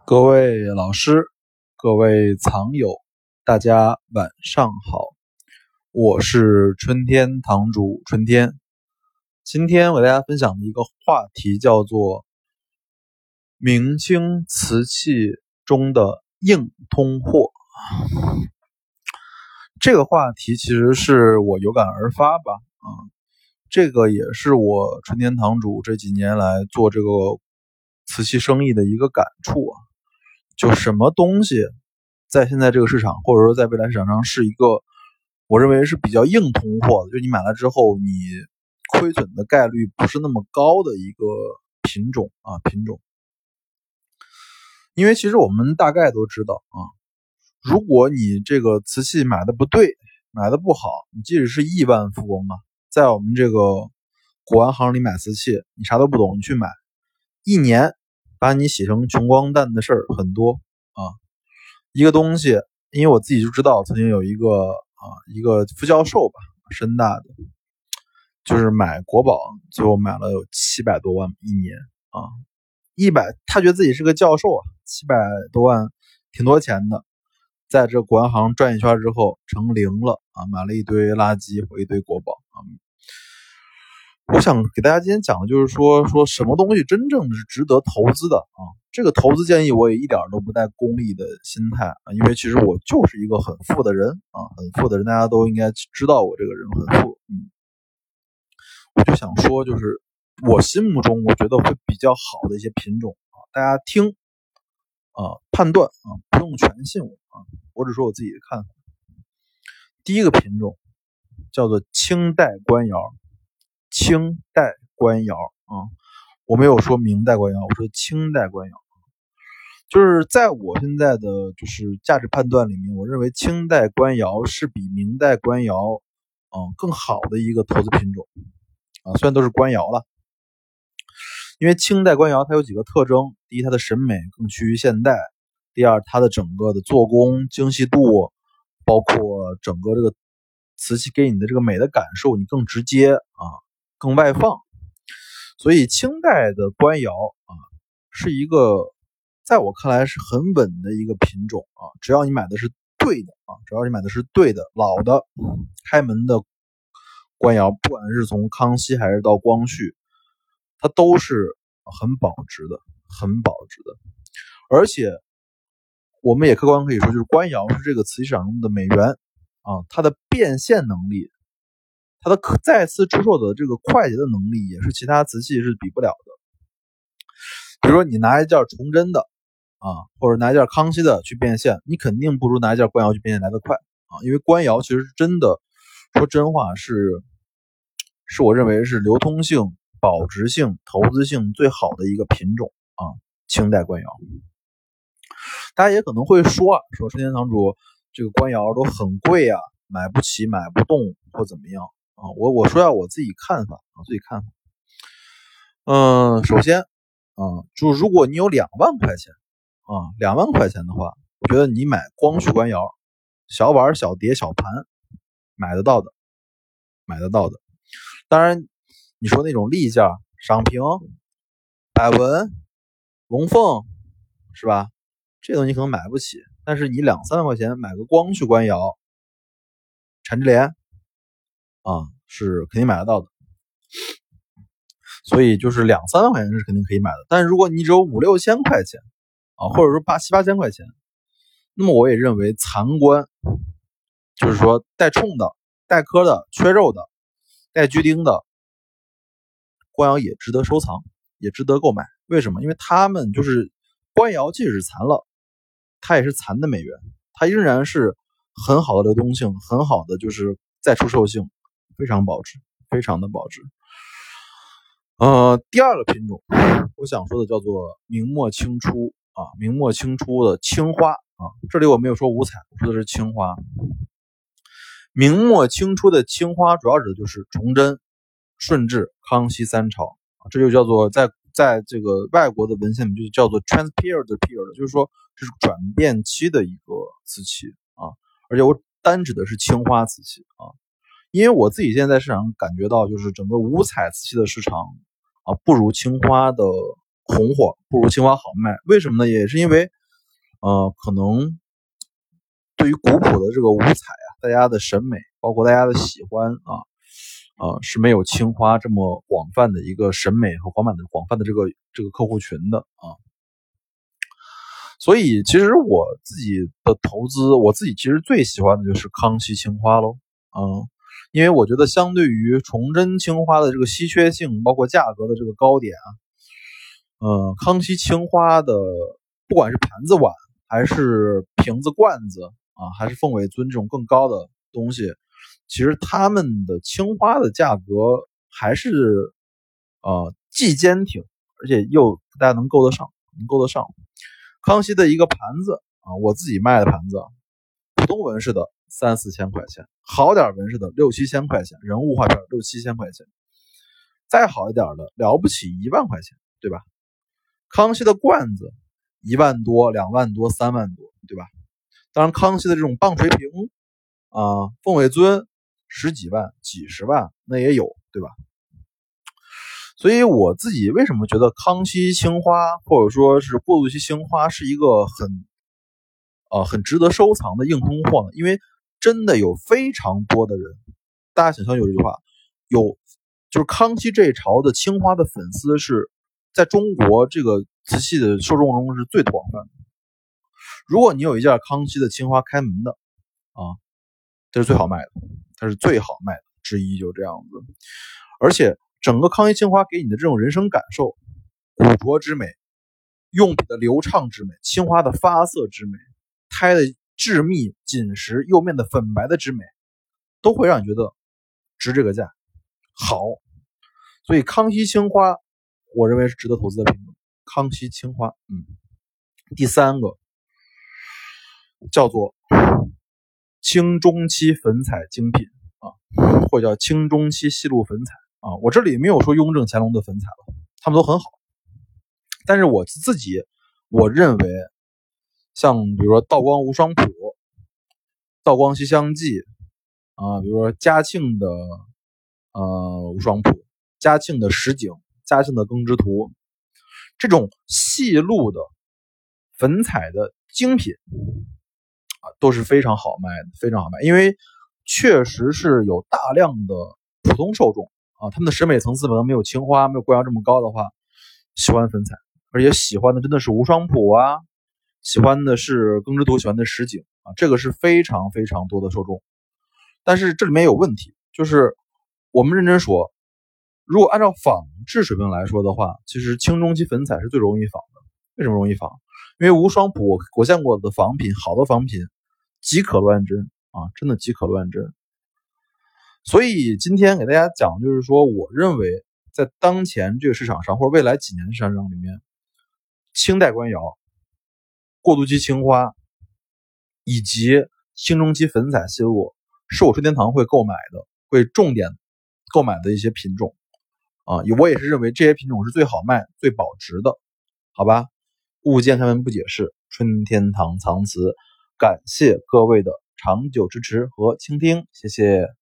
各位老师，各位藏友，大家晚上好，我是春天堂主春天。今天我给大家分享的一个话题叫做明清瓷器中的硬通货。这个话题其实是我有感而发吧，这个也是我春天堂主这几年来做这个瓷器生意的一个感触啊。就什么东西在现在这个市场或者说在未来市场上是一个我认为是比较硬通货的，就你买了之后你亏损的概率不是那么高的一个品种。因为其实我们大概都知道如果你这个瓷器买的不对，买的不好，你即使是亿万富翁在我们这个古玩行里买瓷器，你啥都不懂，你去买，一年把你洗成穷光蛋的事儿很多一个东西，因为我自己就知道，曾经有一个副教授吧，深大的，就是买国宝，最后买了有700多万一年他觉得自己是个教授700多万挺多钱的，在这古玩行转一圈之后成零了买了一堆垃圾和一堆国宝我想给大家今天讲的就是说什么东西真正是值得投资的这个投资建议我也一点都不带功利的心态因为其实我就是一个很富的人很富的人，大家都应该知道我这个人很富我就想说就是我心目中我觉得会比较好的一些品种大家听判断不用全信我只说我自己的看法。第一个品种叫做清代官窑。清代官窑我没有说明代官窑，我说清代官窑。就是在我现在的就是价值判断里面，我认为清代官窑是比明代官窑更好的一个投资品种虽然都是官窑了。因为清代官窑它有几个特征，第一，它的审美更趋于现代，第二，它的整个的做工精细度，包括整个这个瓷器给你的这个美的感受你更直接更外放。所以清代的官窑是一个在我看来是很稳的一个品种只要你买的是对的老的开门的官窑，不管是从康熙还是到光绪，它都是很保值的。而且我们也客观可以说，就是官窑是这个瓷器市场中的美元它的变现能力，它的再次出售的这个快捷的能力也是其他瓷器是比不了的。比如说你拿一件崇祯的或者拿一件康熙的去变现，你肯定不如拿一件官窑去变现来得快因为官窑其实是真的，说真话是我认为是流通性、保值性、投资性最好的一个品种清代官窑。大家也可能会说春天堂主这个官窑都很贵买不起买不动或怎么样我说我自己看法首先就如果你有2万块钱2万块钱的话，我觉得你买光绪官窑小碗小碟小盘买得到的。当然你说那种立件赏屏百纹龙凤是吧，这东西可能买不起，但是你2-3万块钱买个光绪官窑缠枝莲是肯定买得到的。所以就是2-3万块钱是肯定可以买的。但是如果你只有5-6千块钱或者说7-8千块钱，那么我也认为残官，就是说带冲的、带颗的、缺肉的、带锯钉的官窑也值得收藏，也值得购买。为什么？因为他们就是官窑，即使残了，它也是残的美元，它仍然是很好的流动性，很好的就是再出售性，非常的保值。第二个品种我想说的叫做明末清初明末清初的青花这里我没有说五彩，我说的是青花。明末清初的青花主要指的就是崇祯、顺治、康熙3朝这就叫做在这个外国的文献里就叫做 transperiod period， 就是说这是转变期的一个瓷器而且我单指的是青花瓷器因为我自己现在市场感觉到就是整个五彩瓷器的市场不如青花的红火，不如青花好卖。为什么呢？也是因为可能对于古朴的这个五彩啊，大家的审美，包括大家的喜欢是没有青花这么广泛的一个审美和广泛的这个客户群的啊。所以其实我自己的投资，我自己其实最喜欢的就是康熙青花咯。因为我觉得相对于崇祯青花的这个稀缺性，包括价格的这个高点康熙青花的不管是盘子碗还是瓶子罐子还是凤尾尊这种更高的东西，其实他们的青花的价格还是既坚挺，而且又大家能够得上。康熙的一个盘子我自己卖的盘子，普通纹饰的3-4千块钱，好点纹饰的6-7千块钱，人物画片6-7千块钱，再好一点的了不起1万块钱，对吧？康熙的罐子1万多、2万多、3万多，对吧？当然康熙的这种棒槌瓶凤尾尊10几万、几十万那也有，对吧？所以我自己为什么觉得康熙青花或者说是过渡期青花是一个很值得收藏的硬通货呢？因为真的有非常多的人，大家想象有这句话，就是康熙这一潮的青花的粉丝是在中国这个瓷器的受众中是最广泛的。如果你有一件康熙的青花开门的这是最好卖的，它是最好卖的之一，就这样子。而且整个康熙青花给你的这种人生感受，古拙之美，用笔的流畅之美，青花的发色之美，胎的致密紧实釉面的粉白的之美，都会让你觉得值这个价，好。所以康熙青花我认为是值得投资的品种。康熙青花第三个叫做清中期粉彩精品或者叫清中期细露粉彩我这里没有说雍正乾隆的粉彩了，他们都很好。但是我认为像比如说道光无双谱、道光西厢记比如说嘉庆的无双谱、嘉庆的实景、嘉庆的耕织图，这种细露的粉彩的精品都是非常好卖的，非常好卖。因为确实是有大量的普通受众他们的审美层次可能没有青花、没有官窑这么高的话，喜欢粉彩，而且喜欢的真的是无双谱喜欢的是耕织图，喜欢的实景这个是非常非常多的受众。但是这里面有问题，就是我们认真说，如果按照仿制水平来说的话，其实清中期粉彩是最容易仿的。为什么容易仿？因为无双谱我见过的仿品，好的仿品极可乱真真的极可乱真。所以今天给大家讲就是说，我认为在当前这个市场上，或者未来几年的市场里面，清代官窑、过渡期青花以及清中期粉彩细露是我春天堂会购买的，会重点购买的一些品种我也是认为这些品种是最好卖、最保值的，好吧？物见开门不解释，春天堂藏瓷，感谢各位的长久支持和倾听，谢谢。